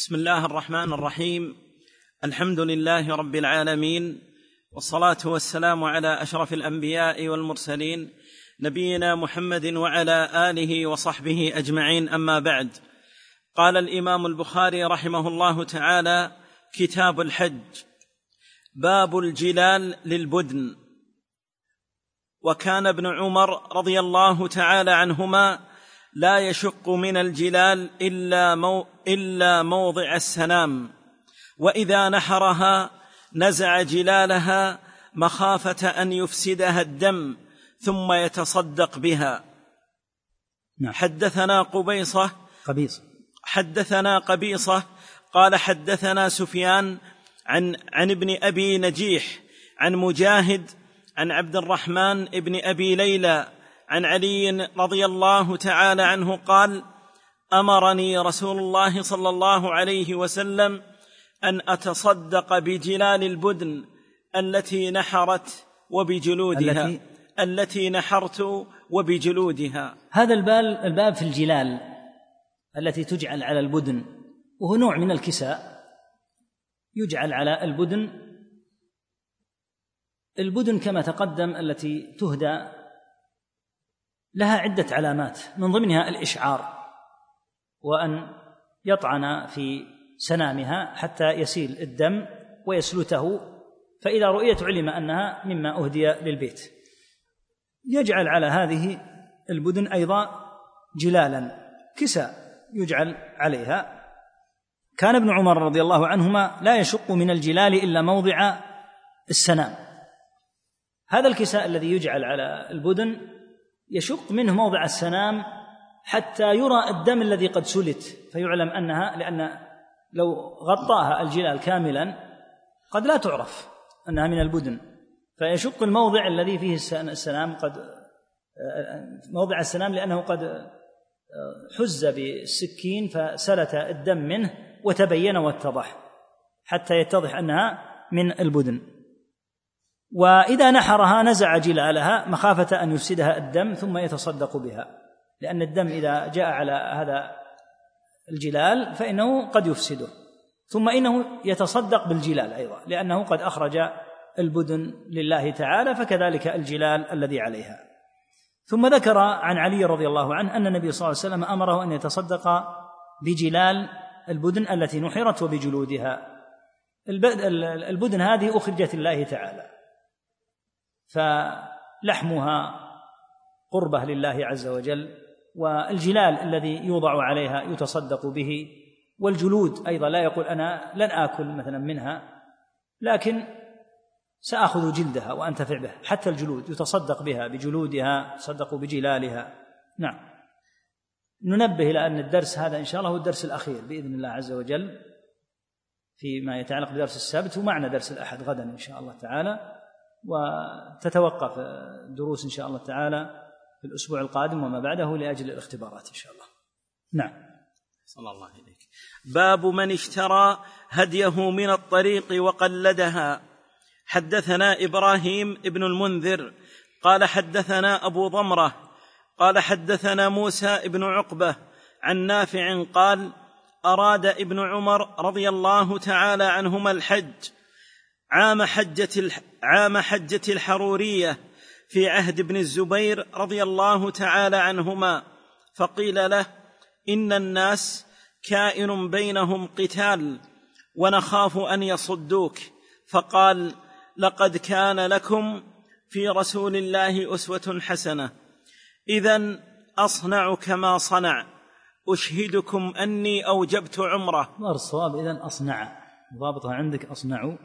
بسم الله الرحمن الرحيم. الحمد لله رب العالمين، والصلاة والسلام على أشرف الأنبياء والمرسلين نبينا محمد وعلى آله وصحبه أجمعين، أما بعد. قال الإمام البخاري رحمه الله تعالى: كتاب الحج، باب الجلال للبدن. وكان ابن عمر رضي الله تعالى عنهما لا يشق من الجلال إلا موضع السنام، وإذا نحرها نزع جلالها مخافة أن يفسدها الدم ثم يتصدق بها. حدثنا قبيصة قال حدثنا سفيان عن ابن أبي نجيح عن مجاهد عن عبد الرحمن ابن أبي ليلى عن علي رضي الله تعالى عنه قال: أمرني رسول الله صلى الله عليه وسلم أن أتصدق بجلال البدن التي نحرت وبجلودها. هذا الباب في الجلال التي تجعل على البدن، وهو نوع من الكساء يجعل على البدن كما تقدم، التي تهدى لها عدة علامات، من ضمنها الإشعار، وأن يطعن في سنامها حتى يسيل الدم ويسلته، فإذا رؤيت علم أنها مما أهدي للبيت. يجعل على هذه البدن أيضا جلالا، كساء يجعل عليها. كان ابن عمر رضي الله عنهما لا يشق من الجلال إلا موضع السنام. هذا الكساء الذي يجعل على البدن يشق منه موضع السنام حتى يرى الدم الذي قد سلت، فيعلم أنها، لأن لو غطاها الجلال كاملا قد لا تعرف أنها من البدن، فيشق الموضع الذي فيه السنام، موضع السنام، لأنه قد حز بالسكين فسلت الدم منه وتبين واتضح، حتى يتضح أنها من البدن. وإذا نحرها نزع جلالها مخافة أن يفسدها الدم ثم يتصدق بها، لأن الدم إذا جاء على هذا الجلال فإنه قد يفسده، ثم إنه يتصدق بالجلال أيضا، لأنه قد أخرج البدن لله تعالى، فكذلك الجلال الذي عليها. ثم ذكر عن علي رضي الله عنه أن النبي صلى الله عليه وسلم أمره أن يتصدق بجلال البدن التي نحرت وبجلودها. البدن هذه أخرجت الله تعالى، فلحمها قربة لله عز وجل، والجلال الذي يوضع عليها يتصدق به، والجلود أيضا لا يقول أنا لن آكل مثلا منها، لكن سأخذ جلدها وأنتفع به، حتى الجلود يتصدق بها، بجلودها يتصدق بجلالها. نعم. ننبه إلى أن الدرس هذا إن شاء الله هو الدرس الأخير بإذن الله عز وجل فيما يتعلق بدرس السبت، ومعنا درس الأحد غدا إن شاء الله تعالى، وتتوقف دروس إن شاء الله تعالى في الأسبوع القادم وما بعده لأجل الاختبارات إن شاء الله. نعم. صلى الله عليك. باب من اشترى هديه من الطريق وقلدها. حدثنا إبراهيم ابن المنذر قال حدثنا أبو ضمرة قال حدثنا موسى ابن عقبة عن نافع قال: أراد ابن عمر رضي الله تعالى عنهما الحج عام حجة الحرورية في عهد ابن الزبير رضي الله تعالى عنهما، فقيل له: إن الناس كائن بينهم قتال ونخاف أن يصدوك، فقال: لقد كان لكم في رسول الله أسوة حسنة، إذن أصنع كما صنع، أشهدكم أني أوجبت عمرة. الصواب إذن أصنع، ضابطها عندك أصنع.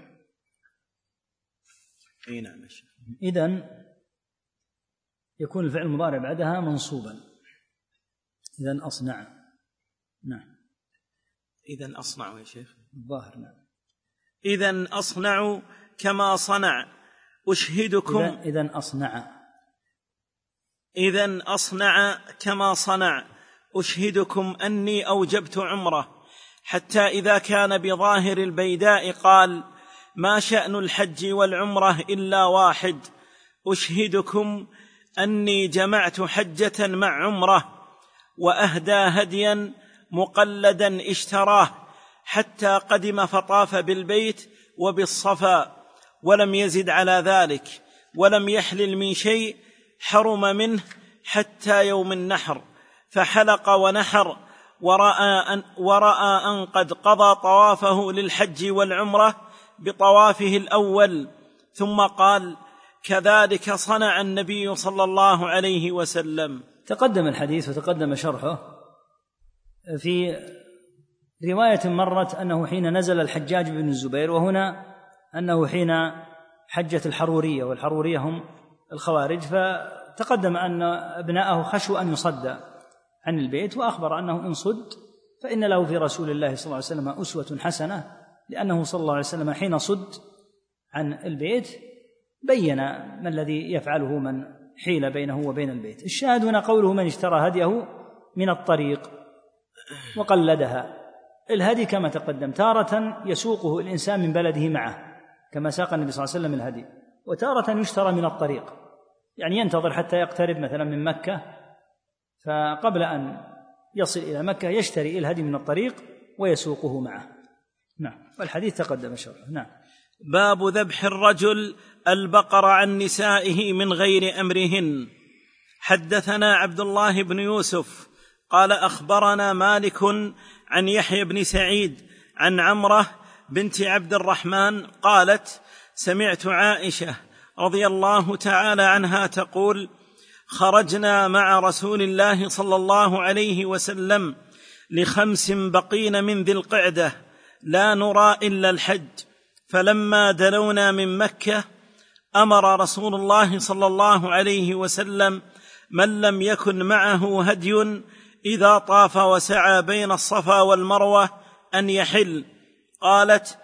نعم. إذن يكون الفعل المضارع بعدها منصوبا، إذن أصنع. نعم. إذن أصنع يا شيخ الظاهر. نعم. إذن أصنع كما صنع، أشهدكم. إذن أصنع كما صنع، أشهدكم أني أوجبت عمرة. حتى إذا كان بظاهر البيداء قال: ما شأن الحج والعمرة إلا واحد، أشهدكم أني جمعت حجة مع عمرة، وأهدى هديا مقلدا اشتراه حتى قدم فطاف بالبيت وبالصفا، ولم يزد على ذلك، ولم يحلل من شيء حرم منه حتى يوم النحر، فحلق ونحر، ورأى أن قد قضى طوافه للحج والعمرة بطوافه الأول، ثم قال: كذلك صنع النبي صلى الله عليه وسلم. تقدم الحديث وتقدم شرحه. في رواية مرت أنه حين نزل الحجاج بن الزبير، وهنا أنه حين حجة الحرورية، والحرورية هم الخوارج، فتقدم أن ابناءه خشوا أن يصد عن البيت، وأخبر أنه إن صد فإن له في رسول الله صلى الله عليه وسلم أسوة حسنة، لأنه صلى الله عليه وسلم حين صد عن البيت بين ما الذي يفعله من حيل بينه وبين البيت. الشاهد هنا قوله: من اشترى هديه من الطريق وقلدها. الهدي كما تقدم تارة يسوقه الإنسان من بلده معه كما ساق النبي صلى الله عليه وسلم الهدي، وتارة يشترى من الطريق، يعني ينتظر حتى يقترب مثلا من مكة، فقبل أن يصل إلى مكة يشتري الهدي من الطريق ويسوقه معه. نعم، والحديث تقدم شرحه. نعم. باب ذبح الرجل البقر عن نسائه من غير أمرهن. حدثنا عبد الله بن يوسف قال أخبرنا مالك عن يحيى بن سعيد عن عمرة بنت عبد الرحمن قالت: سمعت عائشة رضي الله تعالى عنها تقول: خرجنا مع رسول الله صلى الله عليه وسلم ل5 بقين من ذي القعدة لا نرى إلا الحج، فلما دنونا من مكة أمر رسول الله صلى الله عليه وسلم من لم يكن معه هدي إذا طاف وسعى بين الصفا والمروة أن يحل. قالت: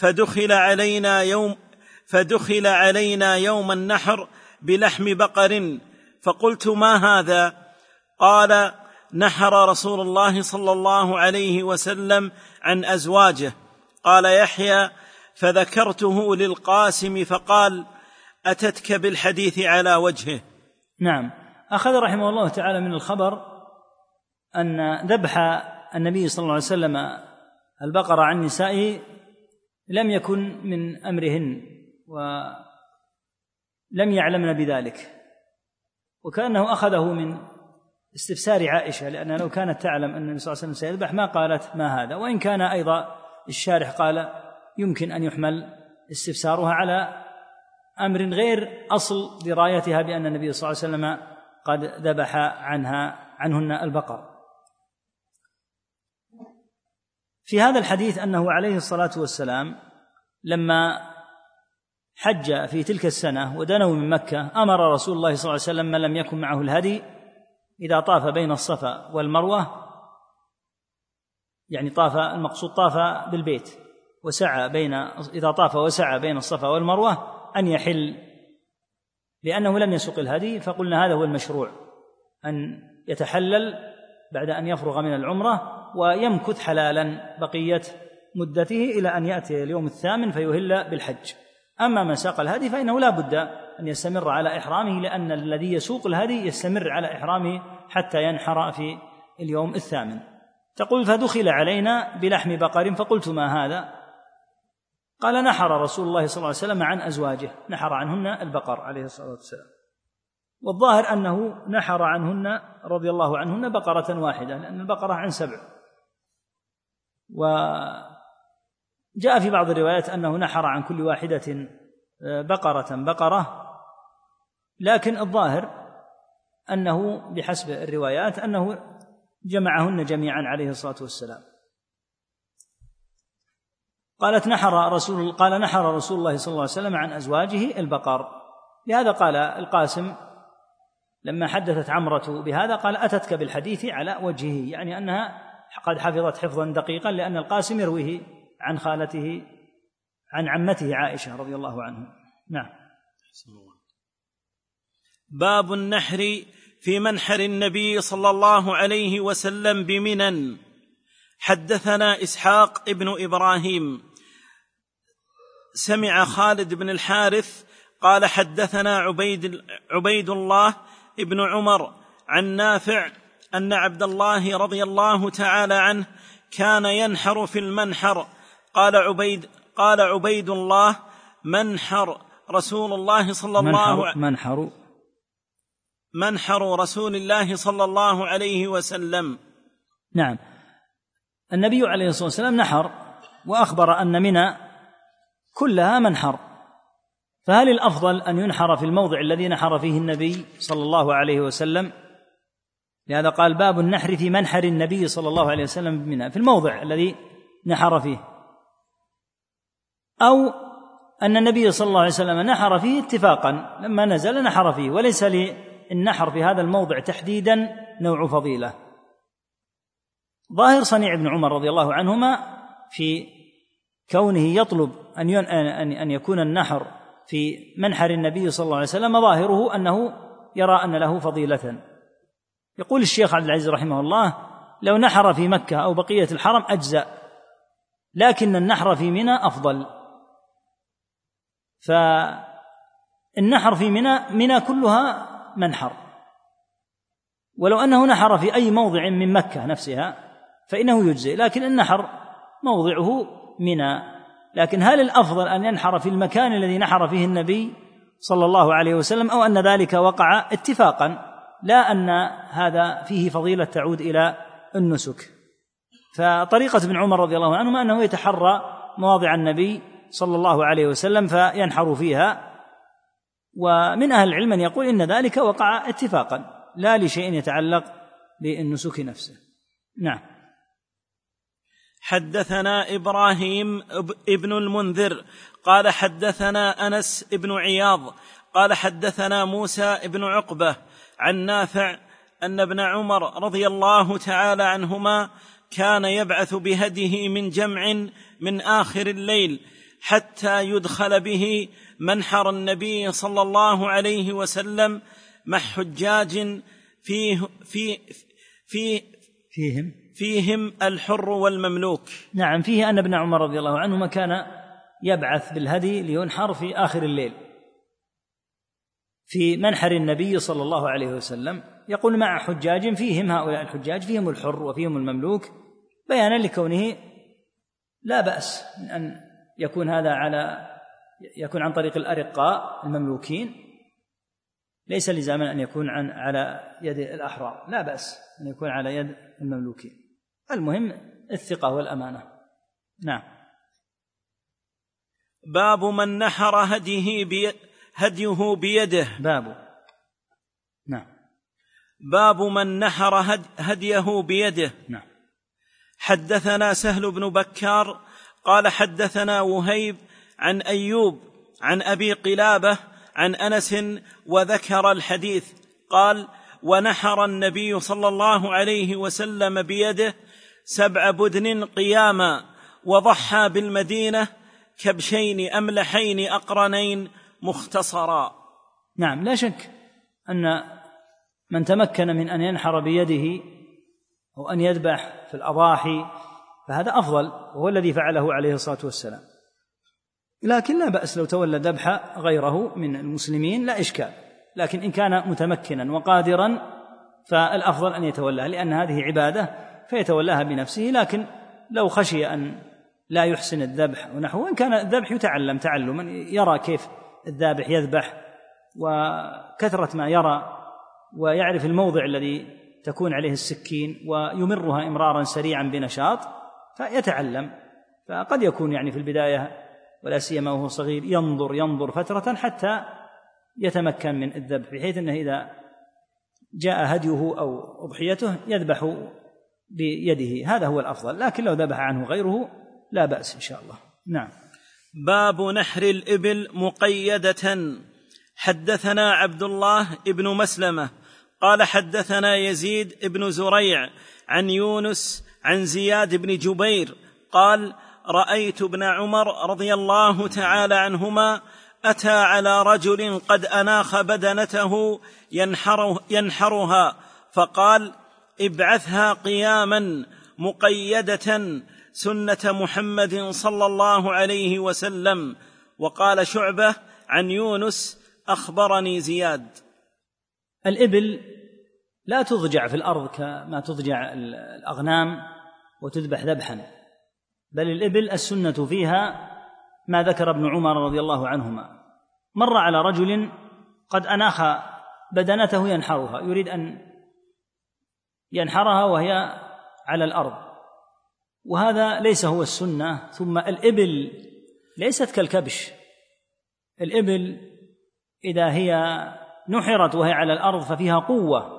فدخل علينا يوم النحر بلحم بقر، فقلت: ما هذا؟ قال: نحر رسول الله صلى الله عليه وسلم عن أزواجه. قال يحيى: فذكرته للقاسم فقال: أتتك بالحديث على وجهه. نعم. أخذ رحمه الله تعالى من الخبر أن ذبح النبي صلى الله عليه وسلم البقرة عن نسائه لم يكن من أمرهن ولم يعلمن بذلك، وكأنه أخذه من استفسار عائشة، لأنها لو كانت تعلم أن النبي صلى الله عليه وسلم سيذبح ما قالت ما هذا. وإن كان أيضا الشارح قال يمكن أن يحمل استفسارها على أمر غير أصل درايتها بأن النبي صلى الله عليه وسلم قد ذبح عنهن البقر. في هذا الحديث أنه عليه الصلاة والسلام لما حج في تلك السنة ودنوا من مكة أمر رسول الله صلى الله عليه وسلم من لم يكن معه الهدي إذا طاف بين الصفا والمروة، يعني طاف، المقصود طاف بالبيت إذا طاف وسعى بين الصفا والمروة أن يحل، لأنه لم يسق الهدي، فقلنا هذا هو المشروع، أن يتحلل بعد أن يفرغ من العمرة ويمكث حلالا بقية مدته إلى أن يأتي اليوم 8 فيهل بالحج. أما من ساق الهدي فإنه لا بد أن يستمر على إحرامه، لأن الذي يسوق الهدي يستمر على إحرامه حتى ينحر في اليوم 8. تقول: فدخل علينا بلحم بقر، فقلت: ما هذا؟ قال: نحر رسول الله صلى الله عليه وسلم عن أزواجه، نحر عنهن البقر عليه الصلاة والسلام. والظاهر أنه نحر عنهن رضي الله عنهن بقرة واحدة، لأن البقرة عن 7. وجاء في بعض الروايات أنه نحر عن كل واحدة بقرة، لكن الظاهر أنه بحسب الروايات أنه جمعهن جميعا عليه الصلاة والسلام. قال: نحر رسول الله صلى الله عليه وسلم عن أزواجه البقر. لهذا قال القاسم لما حدثت عمرة بهذا قال: أتتك بالحديث على وجهه، يعني أنها قد حفظت حفظا دقيقا، لأن القاسم يرويه عن خالته عن عمته عائشة رضي الله عنها. نعم. باب النحر في منحر النبي صلى الله عليه وسلم بمنى. حدثنا إسحاق ابن إبراهيم سمع خالد بن الحارث قال: حدثنا عبيد الله ابن عمر عن نافع أن عبد الله رضي الله تعالى عنه كان ينحر في المنحر. قال عبيد الله: منحر رسول الله صلى الله منحر رسول الله صلى الله عليه وسلم. نعم، النبي عليه الصلاة والسلام نحر، وأخبر أن منى كلها منحر، فهل الأفضل أن ينحر في الموضع الذي نحر فيه النبي صلى الله عليه وسلم؟ لهذا قال: باب النحر في منحر النبي صلى الله عليه وسلم بمنى، في الموضع الذي نحر فيه، أو أن النبي صلى الله عليه وسلم نحر فيه اتفاقا، لما نزل نحر فيه، وليس للنحر في هذا الموضع تحديدا نوع فضيلة. ظاهر صنيع ابن عمر رضي الله عنهما في كونه يطلب أن يكون النحر في منحر النبي صلى الله عليه وسلم، ظاهره أنه يرى أن له فضيلة. يقول الشيخ عبد العزيز رحمه الله: لو نحر في مكة أو بقية الحرم أجزأ، لكن النحر في منى أفضل. فالنحر في منى كلها منحر، ولو أنه نحر في أي موضع من مكة نفسها فإنه يجزئ، لكن النحر موضعه منى. لكن هل الأفضل أن ينحر في المكان الذي نحر فيه النبي صلى الله عليه وسلم، أو أن ذلك وقع اتفاقا، لا أن هذا فيه فضيلة تعود إلى النسك؟ فطريقة ابن عمر رضي الله عنهما أنه يتحرى مواضع النبي صلى الله عليه وسلم فينحر فيها، ومن أهل العلم من يقول إن ذلك وقع اتفاقا لا لشيء يتعلق بالنسك نفسه. نعم. حدثنا إبراهيم ابن المنذر قال حدثنا أنس ابن عياض قال حدثنا موسى ابن عقبة عن نافع أن ابن عمر رضي الله تعالى عنهما كان يبعث بهديه من جمع من آخر الليل حتى يدخل به منحر النبي صلى الله عليه وسلم مع حجاج فيهم الحر والمملوك. نعم، فيه أن ابن عمر رضي الله عنهما كان يبعث بالهدي لينحر في آخر الليل في منحر النبي صلى الله عليه وسلم، يقول مع حجاج فيهم، هؤلاء الحجاج فيهم الحر وفيهم المملوك، بيانا لكونه لا بأس من أن يكون هذا يكون عن طريق الأرقاء المملوكين، ليس لزاما أن يكون على يد الأحرار، لا بأس أن يكون على يد المملوكين، المهم الثقة والأمانة. نعم. باب من نحر هديه بيده. باب من نحر هديه بيده. نعم. حدثنا سهل بن بكار قال حدثنا وهيب عن أيوب عن أبي قلابة عن أنس وذكر الحديث قال: ونحر النبي صلى الله عليه وسلم بيده 7 بدن قياما، وضحى بالمدينة كبشين أملحين أقرنين مختصرا. نعم، لا شك أن من تمكن من أن ينحر بيده أو أن يذبح في الأضاحي فهذا أفضل، وهو الذي فعله عليه الصلاة والسلام، لكن لا بأس لو تولى ذبح غيره من المسلمين، لا إشكال، لكن إن كان متمكنا وقادرا فالأفضل أن يتولاها، لأن هذه عبادة فيتولاها بنفسه، لكن لو خشي أن لا يحسن الذبح ونحوه، إن كان الذبح يتعلم تعلما، يرى كيف الذابح يذبح وكثرة ما يرى ويعرف الموضع الذي تكون عليه السكين ويمرها إمرارا سريعا بنشاط فيتعلم، فقد يكون يعني في البداية ولا سيما وهو صغير ينظر فترة حتى يتمكن من الذبح، بحيث أنه إذا جاء هديه أو أضحيته يذبح بيده، هذا هو الأفضل، لكن لو ذبح عنه غيره لا بأس إن شاء الله. نعم. باب نحر الإبل مقيدة. حدثنا عبد الله ابن مسلمة قال حدثنا يزيد ابن زريع عن يونس عن زياد بن جبير قال: رأيت ابن عمر رضي الله تعالى عنهما أتى على رجل قد أناخ بدنته ينحرها، فقال: ابعثها قياما مقيدة سنة محمد صلى الله عليه وسلم. وقال شعبة عن يونس: أخبرني زياد. الإبل لا تضجع في الأرض كما تضجع الأغنام، وتذبح ذبحا، بل الإبل السنة فيها ما ذكر ابن عمر رضي الله عنهما. مر على رجل قد أناخ بدنته ينحرها، يريد أن ينحرها وهي على الأرض، وهذا ليس هو السنة. ثم الإبل ليست كالكبش، الإبل إذا هي نحرت وهي على الأرض ففيها قوة،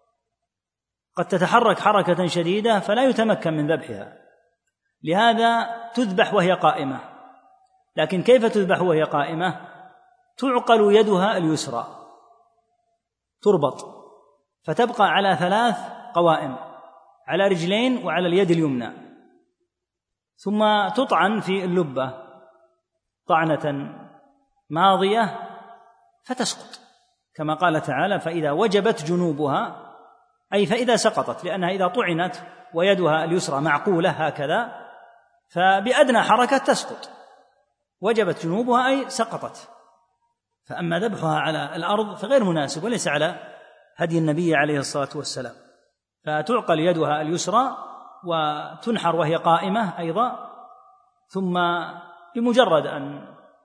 قد تتحرك حركة شديدة فلا يتمكن من ذبحها، لهذا تذبح وهي قائمة. لكن كيف تذبح وهي قائمة؟ تعقل يدها اليسرى، تربط فتبقى على 3 قوائم، على رجلين وعلى اليد اليمنى، ثم تطعن في اللبة طعنة ماضية فتسقط، كما قال تعالى: فإذا وجبت جنوبها، أي فإذا سقطت، لأنها إذا طعنت ويدها اليسرى معقولة هكذا فبأدنى حركة تسقط، وجبت جنوبها أي سقطت. فأما ذبحها على الأرض فغير مناسب وليس على هدي النبي عليه الصلاة والسلام، فتعقل يدها اليسرى وتنحر وهي قائمة أيضا، ثم بمجرد أن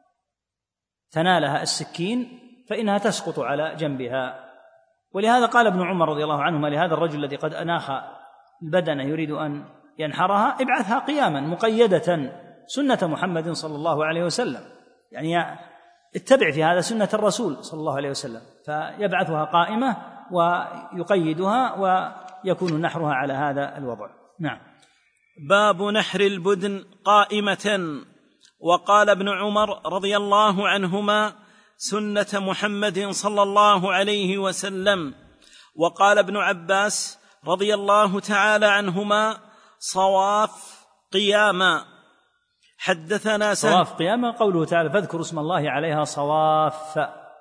تنالها السكين فإنها تسقط على جنبها. ولهذا قال ابن عمر رضي الله عنهما لهذا الرجل الذي قد أناخ البدن يريد أن ينحرها: ابعثها قياما مقيدة سنة محمد صلى الله عليه وسلم، يعني اتبع في هذا سنة الرسول صلى الله عليه وسلم، فيبعثها قائمة ويقيدها ويكون نحرها على هذا الوضع. نعم. باب نحر البدن قائمة. وقال ابن عمر رضي الله عنهما: سنة محمد صلى الله عليه وسلم. وقال ابن عباس رضي الله تعالى عنهما: صواف قياما. حدثنا صواف قياما قوله تعالى: فاذكروا اسم الله عليها صواف،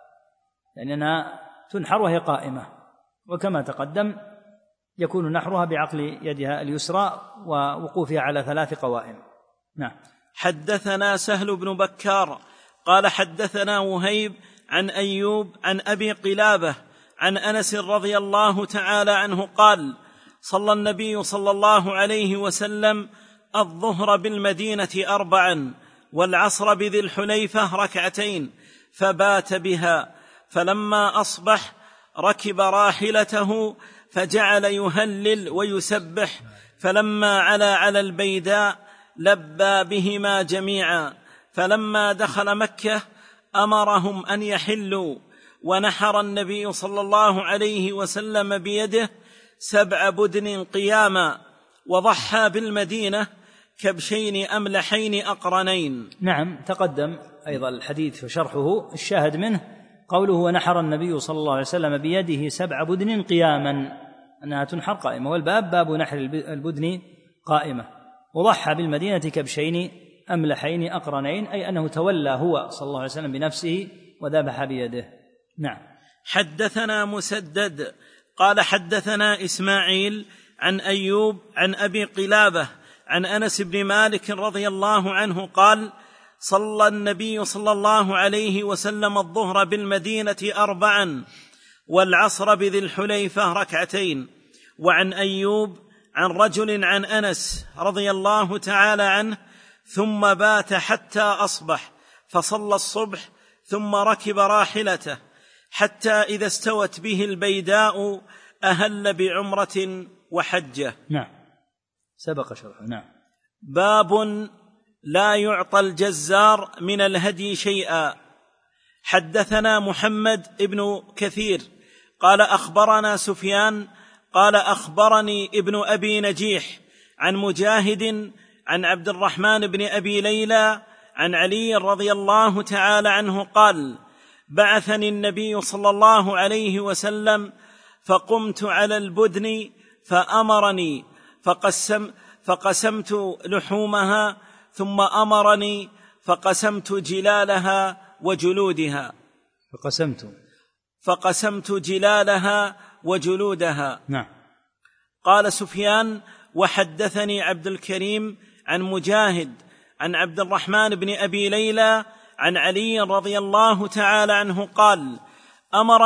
لأنها تنحر وهي قائمة، وكما تقدم يكون نحرها بعقل يدها اليسرى ووقوفها على 3 قوائم. نعم. حدثنا سهل بن بكار قال حدثنا وهيب عن أيوب عن أبي قلابة عن أنس رضي الله تعالى عنه قال: صلى النبي صلى الله عليه وسلم الظهر بالمدينة 4 والعصر بذي الحليفة 2 فبات بها، فلما أصبح ركب راحلته فجعل يهلل ويسبح، فلما علا على البيداء لبى بهما جميعا، فلما دخل مكة أمرهم أن يحلوا، ونحر النبي صلى الله عليه وسلم بيده 7 بدن قياما، وضحى بالمدينة كبشين أملحين أقرنين. نعم، تقدم أيضا الحديث وشرحه. الشاهد منه قوله: ونحر النبي صلى الله عليه وسلم بيده 7 بدن قياما، أنها تنحر قائمة، والباب باب نحر البدن قائمة. وضحى بالمدينة كبشين أملحين أقرنين، أي أنه تولى هو صلى الله عليه وسلم بنفسه وذبح بيده. نعم. حدثنا مسدد قال حدثنا إسماعيل عن أيوب عن أبي قلابة عن أنس بن مالك رضي الله عنه قال: صلى النبي صلى الله عليه وسلم الظهر بالمدينة 4 والعصر بذي الحليفة 2. وعن أيوب عن رجل عن أنس رضي الله تعالى عنه: ثم بات حتى أصبح فصلى الصبح، ثم ركب راحلته حتى إذا استوت به البيداء أهل بعمرة وحجة. نعم، سبق شرحه. نعم. باب لا يعطى الجزار من الهدي شيئا. حدثنا محمد ابن كثير قال أخبرنا سفيان قال أخبرني ابن أبي نجيح عن مجاهد عن عبد الرحمن بن أبي ليلى عن علي رضي الله تعالى عنه قال: بعثني النبي صلى الله عليه وسلم فقمت على البدن فأمرني فقسمت لحومها، ثم أمرني فقسمت جلالها وجلودها. فقسمت جلالها وجلودها. نعم. قال سفيان: وحدثني عبد الكريم عن مجاهد عن عبد الرحمن بن أبي ليلى عن علي رضي الله تعالى عنه قال: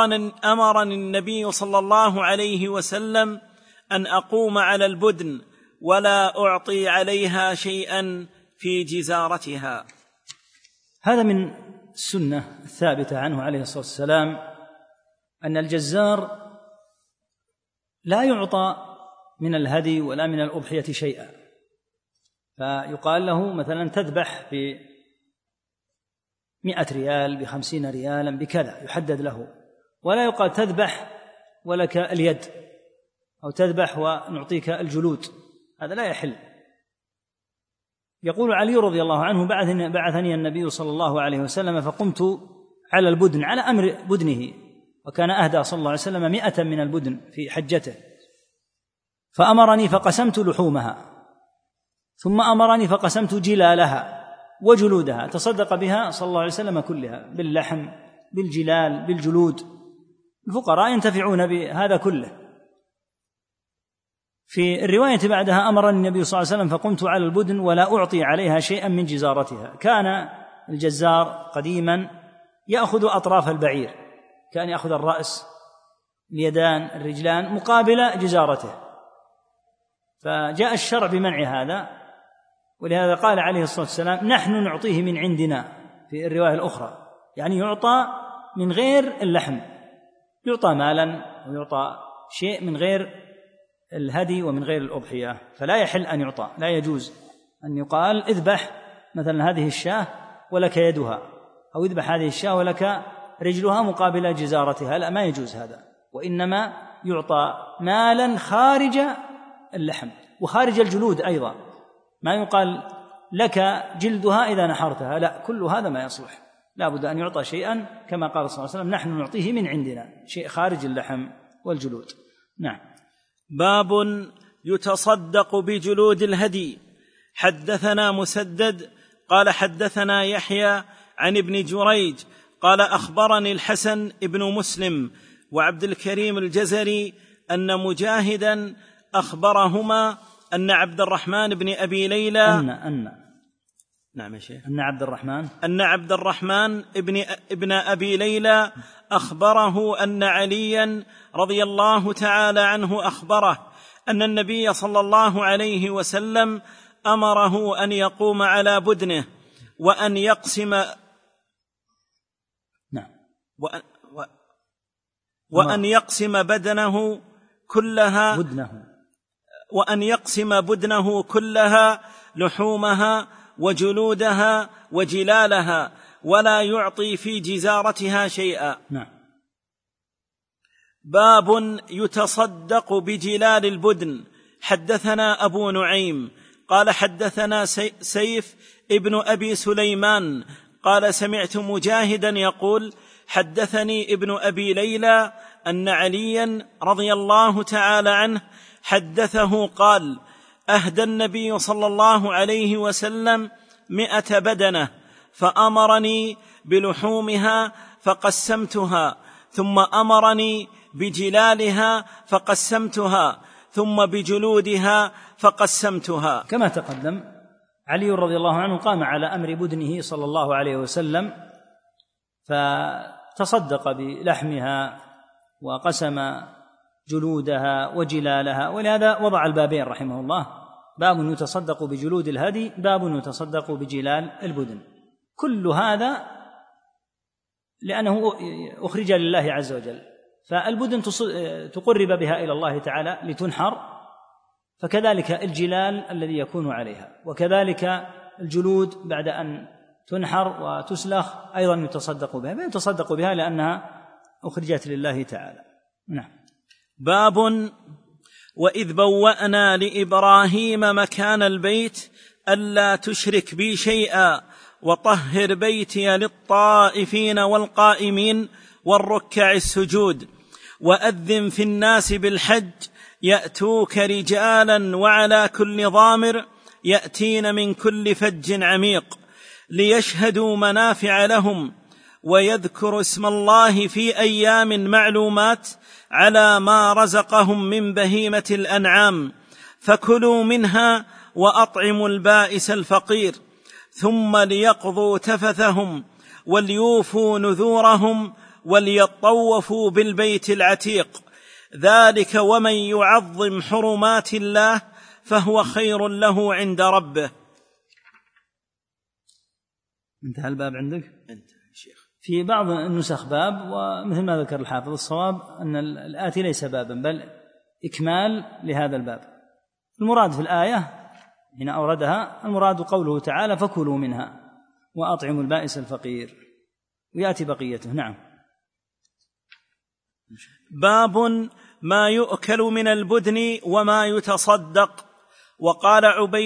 أمرني النبي صلى الله عليه وسلم أن أقوم على البدن ولا أعطي عليها شيئا في جزارتها. هذا من السنة الثابتة عنه عليه الصلاة والسلام أن الجزار لا يعطى من الهدي ولا من الأضحية شيئا، فيقال له مثلا تذبح ب100 ريال ب50 ريالا بكذا، يحدد له، ولا يقال تذبح ولك اليد أو تذبح ونعطيك الجلود، هذا لا يحل. يقول علي رضي الله عنه بعثني النبي صلى الله عليه وسلم فقمت على البدن على أمر بدنه، وكان أهدى صلى الله عليه وسلم 100 من البدن في حجته، فأمرني فقسمت لحومها، ثم أمرني فقسمت جلالها وجلودها، تصدق بها صلى الله عليه وسلم كلها، باللحم بالجلال بالجلود، الفقراء ينتفعون بهذا كله. في الرواية بعدها أمرني النبي صلى الله عليه وسلم فقمت على البدن ولا أعطي عليها شيئا من جزارتها. كان الجزار قديما يأخذ أطراف البعير، كان يأخذ الرأس اليدان الرجلان مقابل جزارته، فجاء الشرع بمنع هذا، ولهذا قال عليه الصلاة والسلام نحن نعطيه من عندنا في الرواية الأخرى، يعني يعطى من غير اللحم، يعطى مالا ويعطى شيء من غير الهدي ومن غير الأضحية، فلا يحل أن يعطى، لا يجوز أن يقال اذبح مثلا هذه الشاة ولك يدها، أو اذبح هذه الشاة ولك رجلها مقابل جزارتها، لا، ما يجوز هذا، وإنما يعطى مالا خارج اللحم وخارج الجلود أيضا، ما يقال لك جلدها إذا نحرتها، لا، كل هذا ما يصلح، لا بد أن يعطى شيئا كما قال صلى الله عليه وسلم نحن نعطيه من عندنا، شيء خارج اللحم والجلود. نعم. باب يتصدق بجلود الهدي. حدثنا مسدد قال حدثنا يحيى عن ابن جريج قال أخبرني الحسن ابن مسلم وعبد الكريم الجزري أن مجاهدا أخبرهما أن عبد الرحمن بن أبي ليلى نعم يا شيخ أن عبد الرحمن ابن أبي ليلى أخبره أن عليا رضي الله تعالى عنه أخبره أن النبي صلى الله عليه وسلم أمره أن يقوم على بدنه وأن يقسم وأن يقسم بدنه كلها لحومها وجلودها وجلالها، ولا يعطي في جزارتها شيئا. نعم. باب يتصدق بجلال البدن. حدثنا أبو نعيم قال حدثنا سيف ابن أبي سليمان قال سمعت مجاهدا يقول حدثني ابن أبي ليلى أن عليا رضي الله تعالى عنه حدثه قال أهدى النبي صلى الله عليه وسلم 100 بدنة، فأمرني بلحومها فقسمتها، ثم أمرني بجلالها فقسمتها، ثم بجلودها فقسمتها. كما تقدم علي رضي الله عنه قام على أمر بدنه صلى الله عليه وسلم فتصدق بلحمها وقسم جلودها وجلالها، ولهذا وضع البابين رحمه الله، باب يتصدق بجلود الهدي، باب يتصدق بجلال البدن. كل هذا لأنه أخرج لله عز وجل، فالبدن تقرب بها إلى الله تعالى لتنحر، فكذلك الجلال الذي يكون عليها، وكذلك الجلود بعد أن تنحر وتسلخ أيضا يتصدق بها لأنها أخرجت لله تعالى. نعم. باب وإذ بوأنا لإبراهيم مكان البيت ألا تشرك بي شيئا وطهر بيتي للطائفين والقائمين والركع السجود، وأذن في الناس بالحج يأتوك رجالا وعلى كل ضامر يأتين من كل فج عميق ليشهدوا منافع لهم ويذكروا اسم الله في أيام معلومات على ما رزقهم من بهيمة الأنعام، فكلوا منها وأطعموا البائس الفقير، ثم ليقضوا تفثهم وليوفوا نذورهم وليطوفوا بالبيت العتيق، ذلك ومن يعظم حرمات الله فهو خير له عند ربه. انتهى الباب عندك؟ انتهى شيخ. في بعض النسخ باب، ومثل ما ذكر الحافظ الصواب أن الآتي ليس بابا بل إكمال لهذا الباب. المراد في الآية حين أوردها المراد قوله تعالى فكلوا منها وأطعموا البائس الفقير، ويأتي بقيته. نعم. باب ما يؤكل من البدن وما يتصدق. وقال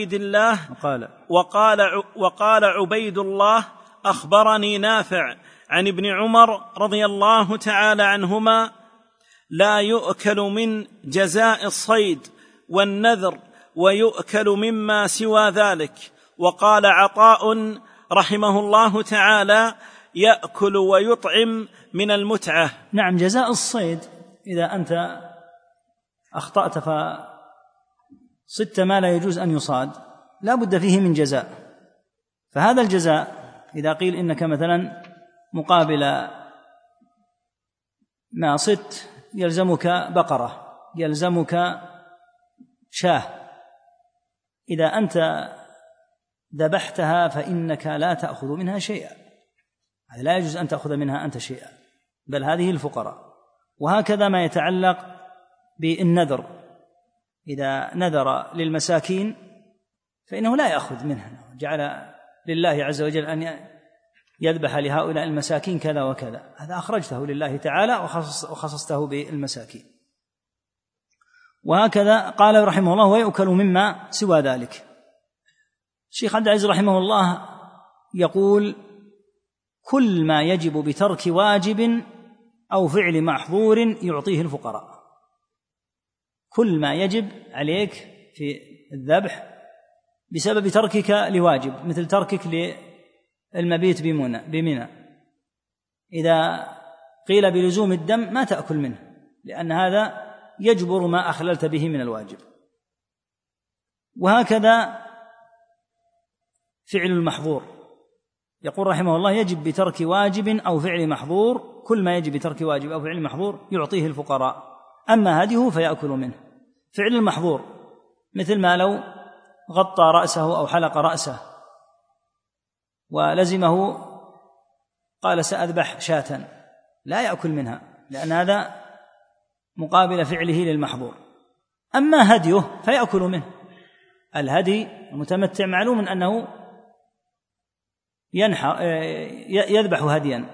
عبيد الله أخبرني نافع عن ابن عمر رضي الله تعالى عنهما لا يؤكل من جزاء الصيد والنذر ويؤكل مما سوى ذلك. وقال عطاء رحمه الله تعالى يأكل ويطعم من المتعة. نعم، جزاء الصيد إذا أنت أخطأت فصدت ما لا يجوز أن يصاد لا بد فيه من جزاء. فهذا الجزاء إذا قيل إنك مثلا مقابل ما صدت يلزمك بقرة، يلزمك شاة، إذا أنت ذبحتها فإنك لا تأخذ منها شيئا، هذا لا يجوز أن تأخذ منها أنت شيئا، بل هذه الفقراء. وهكذا ما يتعلق بالنذر، إذا نذر للمساكين فإنه لا يأخذ منها، جعل لله عز وجل أن يذبح لهؤلاء المساكين كذا وكذا، هذا أخرجته لله تعالى وخصصته بالمساكين. وهكذا قال رحمه الله ويؤكل مما سوى ذلك. الشيخ عبد العزيز رحمه الله يقول كل ما يجب بترك واجب أو فعل محظور يعطيه الفقراء. كل ما يجب عليك في الذبح بسبب تركك لواجب، مثل تركك للمبيت بمنى، إذا قيل بلزوم الدم ما تأكل منه، لأن هذا يجبر ما أخللت به من الواجب. وهكذا فعل المحظور، يقول رحمه الله يجب بترك واجب أو فعل محظور، كل ما يجب بترك واجب أو فعل محظور يعطيه الفقراء، أما هديه فيأكل منه. فعل المحظور مثل ما لو غطى رأسه أو حلق رأسه ولزمه قال سأذبح شاة، لا يأكل منها، لأن هذا مقابل فعله للمحظور. أما هديه فيأكل منه. الهدي المتمتع معلوم أنه يذبح هديا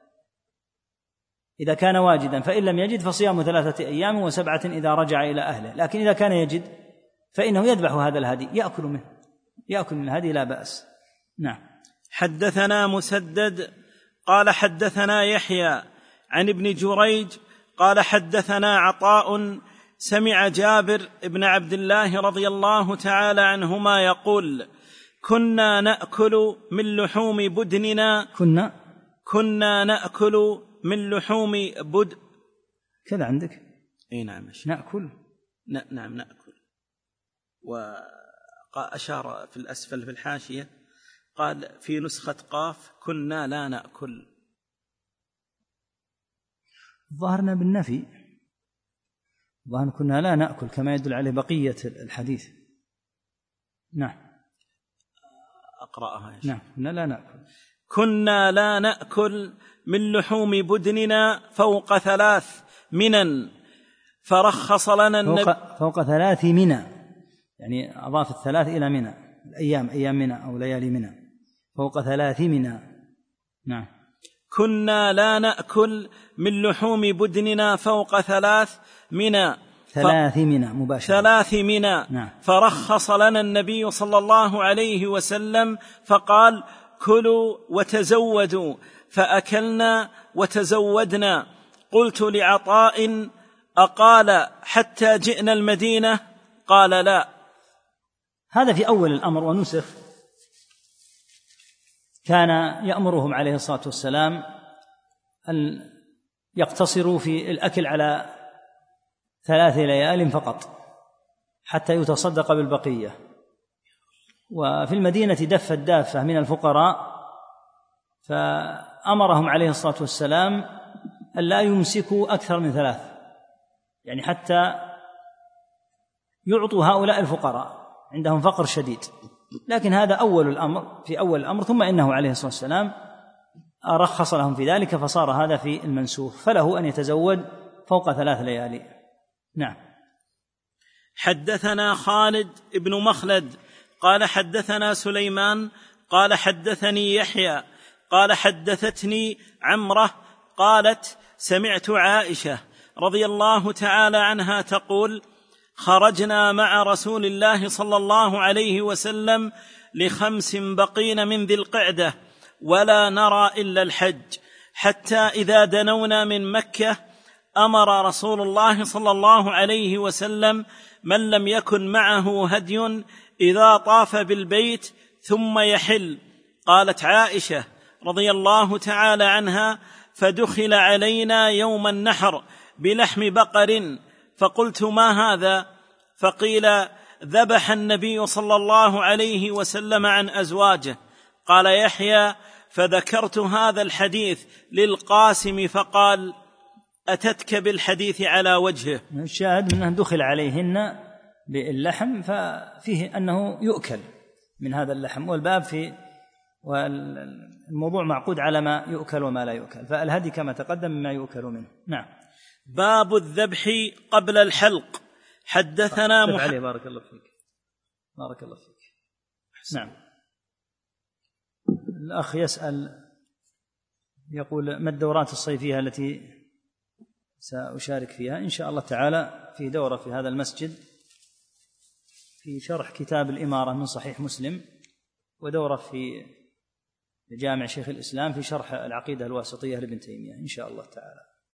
إذا كان واجدا، فإن لم يجد فصيام 3 أيام و7 إذا رجع إلى أهله. لكن إذا كان يجد فإنه يذبح هذا الهدي، يأكل من الهدي لا بأس. نعم. حدثنا مسدد قال حدثنا يحيى عن ابن جريج قال حدثنا عطاء سمع جابر بن عبد الله رضي الله تعالى عنهما يقول كنا نأكل من لحوم بدننا كنا نأكل من لحوم كذا عندك؟ اي نعم نأكل. نعم نأكل. وأشار في الأسفل في الحاشية قال في نسخة قاف كنا لا نأكل. ظهرنا بالنفي، ظهر كنا لا نأكل كما يدل عليه بقية الحديث. نعم أقرأها. نعم. كنا لا نأكل. كنا لا نأكل من لحوم بدننا فوق 3 منن فرخص لنا النبي. فوق 3 منى، يعني أضاف 3 إلى منى، أيام منى أو ليالي منى، فوق 3 منى. نعم. كنا لا نأكل من لحوم بدننا فوق 3 منى. 3 منى مباشرة. 3 منى. نعم. فرخص لنا النبي صلى الله عليه وسلم فقال كلوا وتزودوا، فأكلنا وتزودنا. قلت لعطاء أقال حتى جئنا المدينة؟ قال لا. هذا في أول الأمر، ونسخ كان يأمرهم عليه الصلاة والسلام أن يقتصروا في الأكل على 3 ليال فقط حتى يتصدق بالبقية. وفي المدينة دفت دافة من الفقراء، فأمرهم عليه الصلاة والسلام أن لا يمسكوا أكثر من 3، يعني حتى يعطوا هؤلاء الفقراء. عندهم فقر شديد، لكن هذا أول الأمر، في أول الأمر، ثم إنه عليه الصلاة والسلام رخص لهم في ذلك فصار هذا في المنسوخ، فله أن يتزود فوق 3 ليالي. نعم. حدثنا خالد بن مخلد قال حدثنا سليمان قال حدثني يحيى قال حدثتني عمرة قالت سمعت عائشة رضي الله تعالى عنها تقول خرجنا مع رسول الله صلى الله عليه وسلم ل5 بقين من ذي القعدة ولا نرى إلا الحج، حتى إذا دنونا من مكة أمر رسول الله صلى الله عليه وسلم من لم يكن معه هدي إذا طاف بالبيت ثم يحل. قالت عائشة رضي الله تعالى عنها فدخل علينا يوم النحر بلحم بقر، فقلت ما هذا؟ فقيل ذبح النبي صلى الله عليه وسلم عن أزواجه. قال يحيى فذكرت هذا الحديث للقاسم فقال أتتك بالحديث على وجهه. الشاهد أنه دخل عليهن باللحم، ففيه أنه يؤكل من هذا اللحم، والباب في والموضوع معقود على ما يؤكل وما لا يؤكل، فالهدي كما تقدم مما يؤكل منه. نعم. باب الذبح قبل الحلق. حدثنا بارك الله فيك. بارك الله فيك. نعم. الأخ يسأل يقول ما الدورات الصيفية التي سأشارك فيها؟ إن شاء الله تعالى في دورة في هذا المسجد في شرح كتاب الإمارة من صحيح مسلم، ودورة في جامع شيخ الإسلام في شرح العقيدة الواسطية لابن تيمية إن شاء الله تعالى.